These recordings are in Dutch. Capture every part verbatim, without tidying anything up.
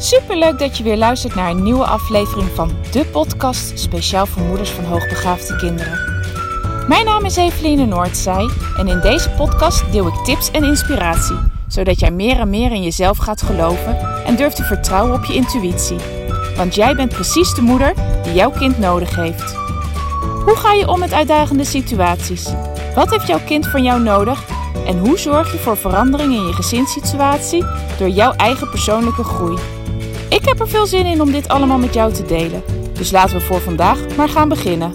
Superleuk dat je weer luistert naar een nieuwe aflevering van de podcast speciaal voor moeders van hoogbegaafde kinderen. Mijn naam is Eveline Noordzij en in deze podcast deel ik tips en inspiratie, zodat jij meer en meer in jezelf gaat geloven en durft te vertrouwen op je intuïtie. Want jij bent precies de moeder die jouw kind nodig heeft. Hoe ga je om met uitdagende situaties? Wat heeft jouw kind van jou nodig? En hoe zorg je voor verandering in je gezinssituatie door jouw eigen persoonlijke groei? Ik heb er veel zin in om dit allemaal met jou te delen. Dus laten we voor vandaag maar gaan beginnen.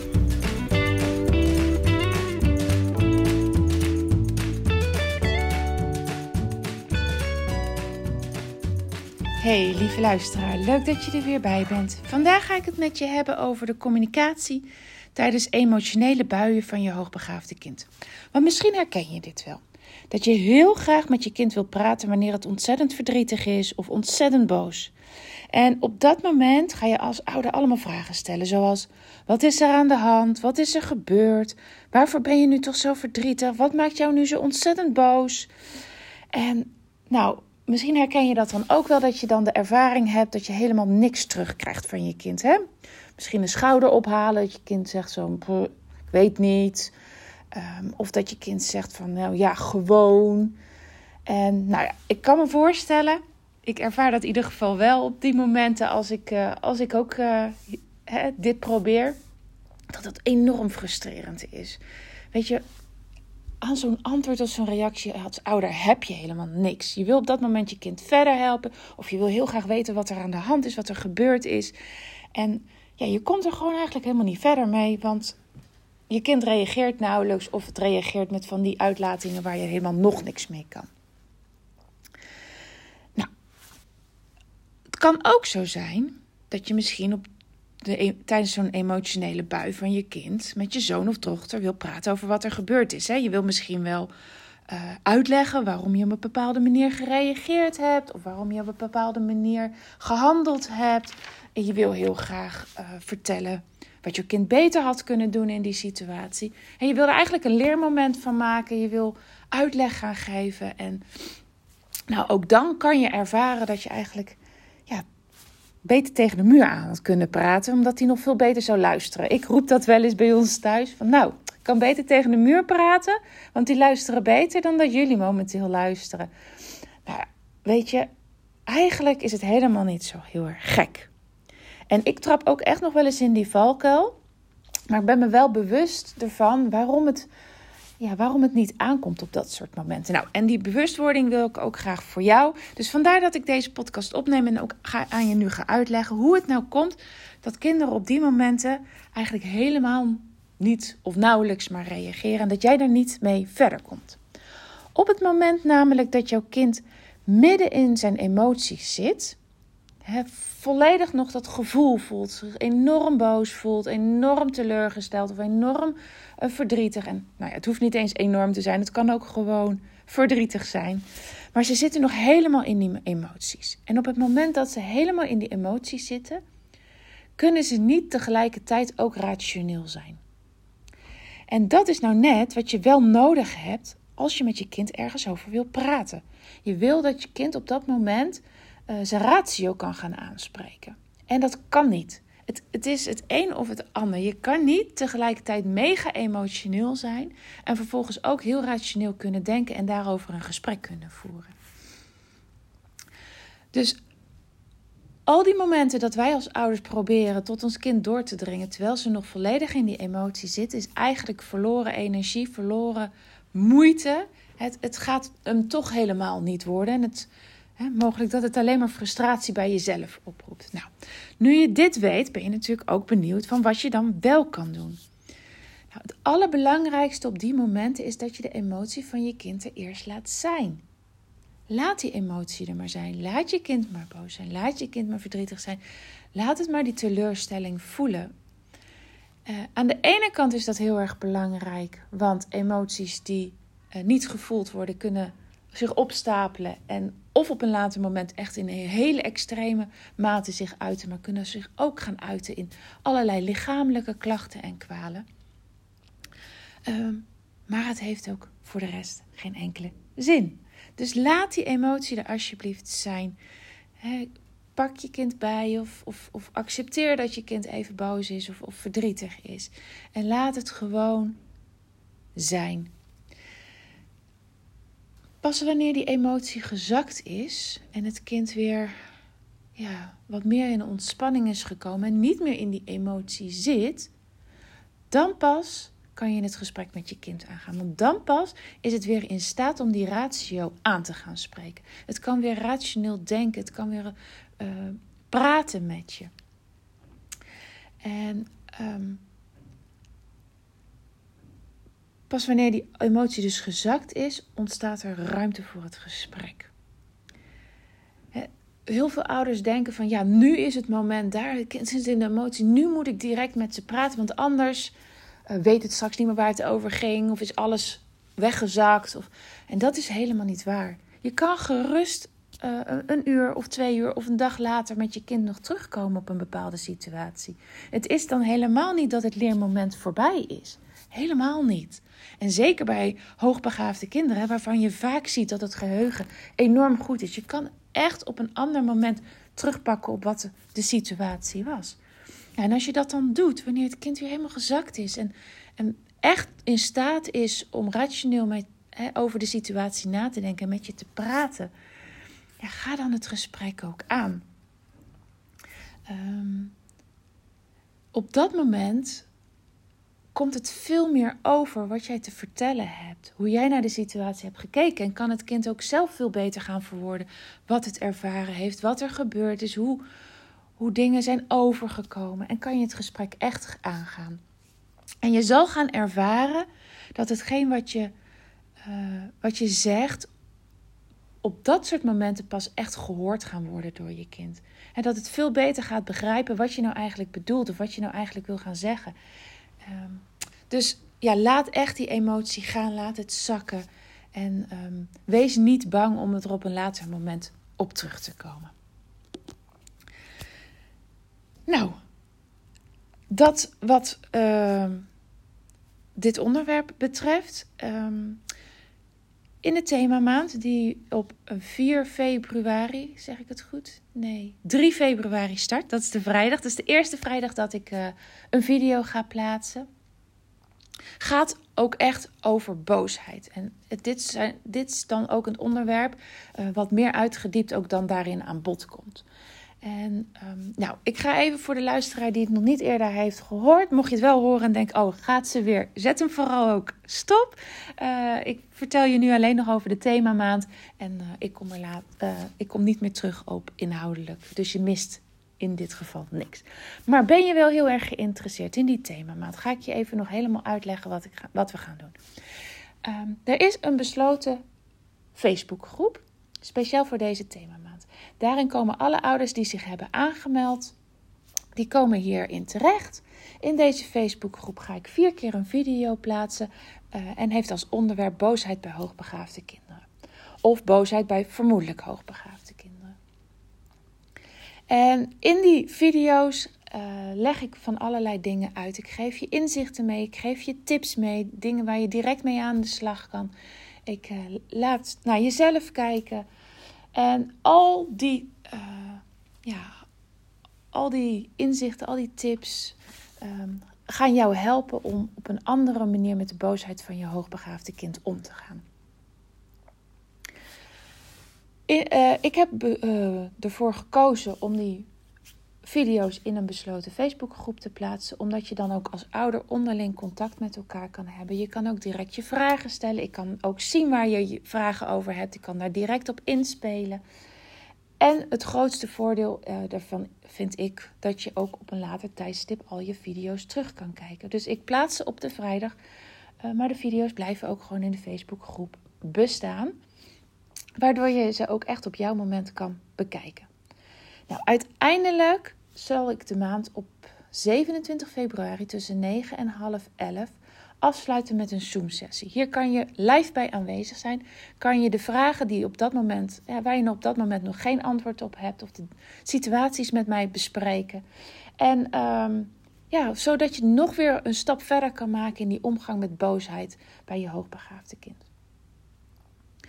Hey lieve luisteraar, leuk dat je er weer bij bent. Vandaag ga ik het met je hebben over de communicatie tijdens emotionele buien van je hoogbegaafde kind. Want misschien herken je dit wel. Dat je heel graag met je kind wil praten wanneer het ontzettend verdrietig is of ontzettend boos. En op dat moment ga je als ouder allemaal vragen stellen, zoals: wat is er aan de hand? Wat is er gebeurd? Waarvoor ben je nu toch zo verdrietig? Wat maakt jou nu zo ontzettend boos? En nou, misschien herken je dat dan ook wel, dat je dan de ervaring hebt dat je helemaal niks terugkrijgt van je kind, hè? Misschien een schouder ophalen, dat je kind zegt zo, ik weet niet. Um, of dat je kind zegt van, nou ja, gewoon. En nou ja, ik kan me voorstellen, ik ervaar dat in ieder geval wel op die momenten als ik, uh, als ik ook uh, hè, dit probeer, dat dat enorm frustrerend is. Weet je, aan zo'n antwoord of zo'n reactie als ouder heb je helemaal niks. Je wil op dat moment je kind verder helpen, of je wil heel graag weten wat er aan de hand is, wat er gebeurd is. En ja, je komt er gewoon eigenlijk helemaal niet verder mee, want je kind reageert nauwelijks of het reageert met van die uitlatingen waar je helemaal nog niks mee kan. Nou, het kan ook zo zijn dat je misschien op de, tijdens zo'n emotionele bui van je kind met je zoon of dochter wil praten over wat er gebeurd is. Hè? Je wil misschien wel uh, uitleggen waarom je op een bepaalde manier gereageerd hebt of waarom je op een bepaalde manier gehandeld hebt. En je wil heel graag uh, vertellen wat je kind beter had kunnen doen in die situatie. En je wil er eigenlijk een leermoment van maken. Je wil uitleg gaan geven. En nou, ook dan kan je ervaren dat je eigenlijk ja, beter tegen de muur aan had kunnen praten, omdat hij nog veel beter zou luisteren. Ik roep dat wel eens bij ons thuis. Van nou, ik kan beter tegen de muur praten, want die luisteren beter dan dat jullie momenteel luisteren. Nou, weet je, eigenlijk is het helemaal niet zo heel erg gek. En ik trap ook echt nog wel eens in die valkuil. Maar ik ben me wel bewust ervan waarom het, ja, waarom het niet aankomt op dat soort momenten. Nou, en die bewustwording wil ik ook graag voor jou. Dus vandaar dat ik deze podcast opneem en ook ga, aan je nu ga uitleggen hoe het nou komt dat kinderen op die momenten eigenlijk helemaal niet of nauwelijks maar reageren. En dat jij daar niet mee verder komt. Op het moment namelijk dat jouw kind midden in zijn emoties zit, He, volledig nog dat gevoel voelt, zich enorm boos voelt, enorm teleurgesteld of enorm uh, verdrietig. En nou ja, het hoeft niet eens enorm te zijn, het kan ook gewoon verdrietig zijn. Maar ze zitten nog helemaal in die emoties. En op het moment dat ze helemaal in die emoties zitten, kunnen ze niet tegelijkertijd ook rationeel zijn. En dat is nou net wat je wel nodig hebt als je met je kind ergens over wil praten. Je wil dat je kind op dat moment Uh, zijn ratio kan gaan aanspreken. En dat kan niet. Het, het is het een of het ander. Je kan niet tegelijkertijd mega emotioneel zijn en vervolgens ook heel rationeel kunnen denken en daarover een gesprek kunnen voeren. Dus al die momenten dat wij als ouders proberen tot ons kind door te dringen terwijl ze nog volledig in die emotie zitten, is eigenlijk verloren energie, verloren moeite. Het, het gaat hem toch helemaal niet worden en het He, mogelijk dat het alleen maar frustratie bij jezelf oproept. Nou, nu je dit weet, ben je natuurlijk ook benieuwd van wat je dan wel kan doen. Nou, het allerbelangrijkste op die momenten is dat je de emotie van je kind er eerst laat zijn. Laat die emotie er maar zijn. Laat je kind maar boos zijn. Laat je kind maar verdrietig zijn. Laat het maar die teleurstelling voelen. Uh, aan de ene kant is dat heel erg belangrijk, want emoties die uh, niet gevoeld worden kunnen zich opstapelen en of op een later moment echt in een hele extreme mate zich uiten, maar kunnen zich ook gaan uiten in allerlei lichamelijke klachten en kwalen. Um, maar het heeft ook voor de rest geen enkele zin. Dus laat die emotie er alsjeblieft zijn. He, pak je kind bij of, of, of accepteer dat je kind even boos is of, of verdrietig is. En laat het gewoon zijn. Pas wanneer die emotie gezakt is en het kind weer ja, wat meer in de ontspanning is gekomen en niet meer in die emotie zit, dan pas kan je het gesprek met je kind aangaan. Want dan pas is het weer in staat om die ratio aan te gaan spreken. Het kan weer rationeel denken. Het kan weer uh, praten met je. En um, pas wanneer die emotie dus gezakt is, ontstaat er ruimte voor het gesprek. He, heel veel ouders denken van ja, nu is het moment daar. Het kind zit in de emotie. Nu moet ik direct met ze praten, want anders Uh, weet het straks niet meer waar het over ging. Of is alles weggezakt. Of... En dat is helemaal niet waar. Je kan gerust uh, een uur of twee uur of een dag later met je kind nog terugkomen op een bepaalde situatie. Het is dan helemaal niet dat het leermoment voorbij is. Helemaal niet. En zeker bij hoogbegaafde kinderen, waarvan je vaak ziet dat het geheugen enorm goed is. Je kan echt op een ander moment terugpakken op wat de, de situatie was. Ja, en als je dat dan doet, wanneer het kind weer helemaal gezakt is en, en echt in staat is om rationeel met, he, over de situatie na te denken en met je te praten, ja, ga dan het gesprek ook aan. Um, op dat moment komt het veel meer over wat jij te vertellen hebt. Hoe jij naar de situatie hebt gekeken. En kan het kind ook zelf veel beter gaan verwoorden wat het ervaren heeft, wat er gebeurd is, hoe... Hoe dingen zijn overgekomen. En kan je het gesprek echt aangaan. En je zal gaan ervaren dat hetgeen wat je, uh, wat je zegt op dat soort momenten pas echt gehoord gaan worden door je kind. En dat het veel beter gaat begrijpen wat je nou eigenlijk bedoelt. Of wat je nou eigenlijk wil gaan zeggen. Um, dus ja, laat echt die emotie gaan. Laat het zakken. En um, wees niet bang om er op een later moment op terug te komen. Nou, dat wat uh, dit onderwerp betreft. Um, in de themamaand die op vier februari, zeg ik het goed? Nee, drie februari start. Dat is de vrijdag. Dat is de eerste vrijdag dat ik uh, een video ga plaatsen. Gaat ook echt over boosheid. En dit, zijn, dit is dan ook een onderwerp uh, wat meer uitgediept ook dan daarin aan bod komt. En um, nou, ik ga even voor de luisteraar die het nog niet eerder heeft gehoord. Mocht je het wel horen en denken, oh, gaat ze weer. Zet hem vooral ook stop. Uh, ik vertel je nu alleen nog over de themamaand. En uh, ik, kom er laat, uh, ik kom niet meer terug op inhoudelijk. Dus je mist in dit geval niks. Maar ben je wel heel erg geïnteresseerd in die themamaand? Ga ik je even nog helemaal uitleggen wat, ik ga, wat we gaan doen. Um, er is een besloten Facebookgroep. Speciaal voor deze themamaand. Daarin komen alle ouders die zich hebben aangemeld. Die komen hierin terecht. In deze Facebookgroep ga ik vier keer een video plaatsen. Uh, en heeft als onderwerp boosheid bij hoogbegaafde kinderen. Of boosheid bij vermoedelijk hoogbegaafde kinderen. En in die video's uh, leg ik van allerlei dingen uit. Ik geef je inzichten mee. Ik geef je tips mee. Dingen waar je direct mee aan de slag kan. Ik uh, laat naar jezelf kijken. En al die, uh, ja, al die inzichten, al die tips um, gaan jou helpen om op een andere manier met de boosheid van je hoogbegaafde kind om te gaan. In, uh, ik heb uh, ervoor gekozen om die video's in een besloten Facebookgroep te plaatsen. Omdat je dan ook als ouder onderling contact met elkaar kan hebben. Je kan ook direct je vragen stellen. Ik kan ook zien waar je je vragen over hebt. Ik kan daar direct op inspelen. En het grootste voordeel uh, daarvan vind ik dat je ook op een later tijdstip al je video's terug kan kijken. Dus ik plaats ze op de vrijdag. Uh, maar de video's blijven ook gewoon in de Facebookgroep bestaan. Waardoor je ze ook echt op jouw moment kan bekijken. Nou, uiteindelijk zal ik de maand op zevenentwintig februari tussen negen en half elf afsluiten met een Zoom-sessie. Hier kan je live bij aanwezig zijn. Kan je de vragen die op dat moment, ja, waar je op dat moment nog geen antwoord op hebt, of de situaties met mij bespreken. En um, ja, zodat je nog weer een stap verder kan maken in die omgang met boosheid bij je hoogbegaafde kind.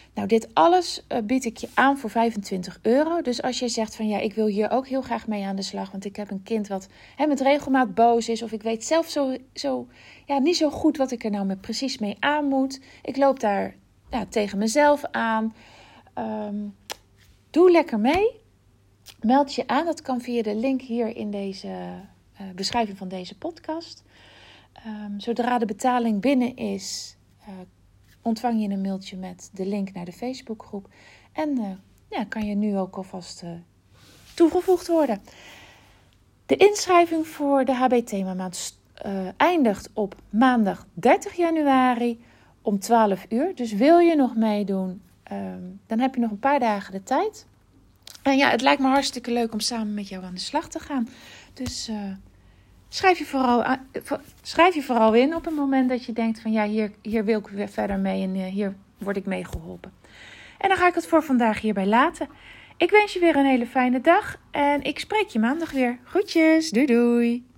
Nou, dit alles uh, bied ik je aan voor vijfentwintig euro. Dus als je zegt van ja, ik wil hier ook heel graag mee aan de slag. Want ik heb een kind wat hè, met regelmaat boos is. Of ik weet zelf zo, zo, ja, niet zo goed wat ik er nou met precies mee aan moet. Ik loop daar ja, tegen mezelf aan. Um, doe lekker mee. Meld je aan. Dat kan via de link hier in deze uh, beschrijving van deze podcast. Um, zodra de betaling binnen is, uh, ontvang je een mailtje met de link naar de Facebookgroep. En uh, ja, kan je nu ook alvast uh, toegevoegd worden. De inschrijving voor de H B Themamaand uh, eindigt op maandag dertig januari om twaalf uur. Dus wil je nog meedoen, um, dan heb je nog een paar dagen de tijd. En ja, het lijkt me hartstikke leuk om samen met jou aan de slag te gaan. Dus uh, schrijf, je vooral aan, schrijf je vooral in op het moment dat je denkt van ja, hier, hier wil ik weer verder mee en uh, hier word ik mee geholpen. En dan ga ik het voor vandaag hierbij laten. Ik wens je weer een hele fijne dag en ik spreek je maandag weer. Groetjes, doei doei!